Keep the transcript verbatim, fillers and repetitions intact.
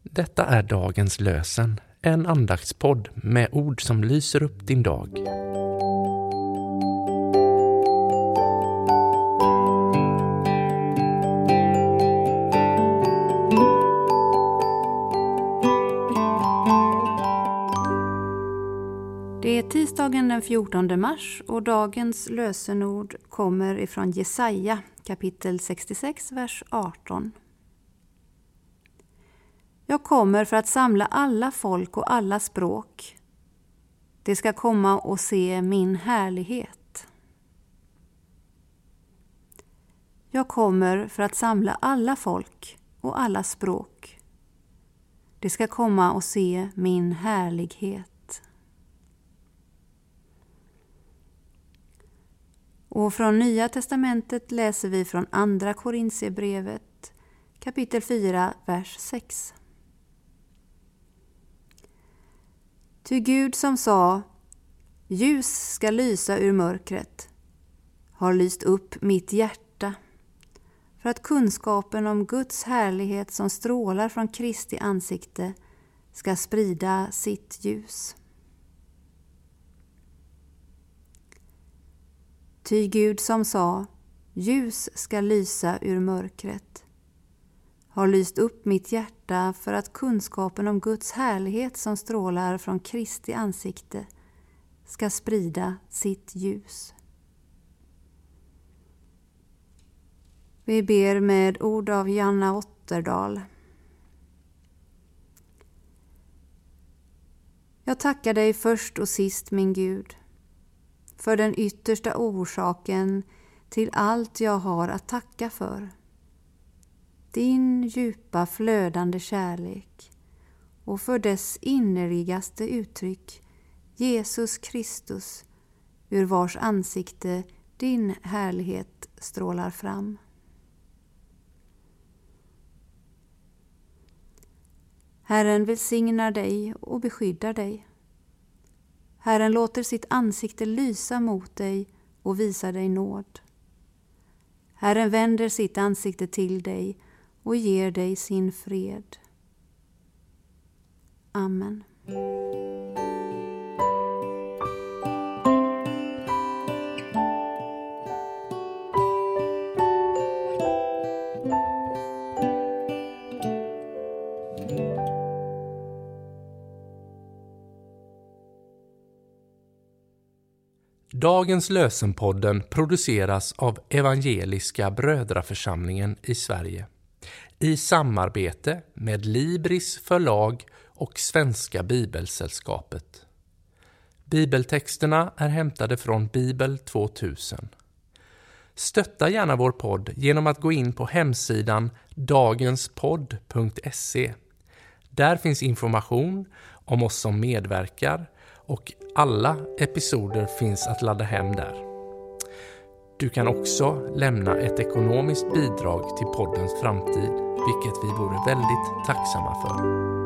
Detta är dagens lösen, en andaktspodd med ord som lyser upp din dag. Det är tisdagen den fjortonde mars och dagens lösenord kommer ifrån Jesaja kapitel sextiosex, vers arton. Jag kommer för att samla alla folk och alla språk. Det ska komma och se min härlighet. Jag kommer för att samla alla folk och alla språk. Det ska komma och se min härlighet. Och från Nya testamentet läser vi från andra Korinthierbrevet kapitel fyra, vers sex. Ty Gud som sa, ljus ska lysa ur mörkret, har lyst upp mitt hjärta, för att kunskapen om Guds härlighet som strålar från Kristi ansikte ska sprida sitt ljus. Ty Gud som sa, ljus ska lysa ur mörkret, har lyst upp mitt hjärta för att kunskapen om Guds härlighet som strålar från Kristi ansikte ska sprida sitt ljus. Vi ber med ord av Janna Otterdal. Jag tackar dig först och sist, min Gud, för den yttersta orsaken till allt jag har att tacka för. Din djupa flödande kärlek och för dess innerligaste uttryck, Jesus Kristus, ur vars ansikte din härlighet strålar fram. Herren välsignar dig och beskyddar dig. Herren låter sitt ansikte lysa mot dig och visar dig nåd. Herren vänder sitt ansikte till dig och ger dig sin fred. Amen. Dagens lösenpodden produceras av Evangeliska Brödraförsamlingen i Sverige i samarbete med Libris förlag och Svenska Bibelsällskapet. Bibeltexterna är hämtade från Bibel tvåtusen. Stötta gärna vår podd genom att gå in på hemsidan dagenspodd punkt se. Där finns information om oss som medverkar och alla episoder finns att ladda hem där. Du kan också lämna ett ekonomiskt bidrag till poddens framtid, vilket vi vore väldigt tacksamma för.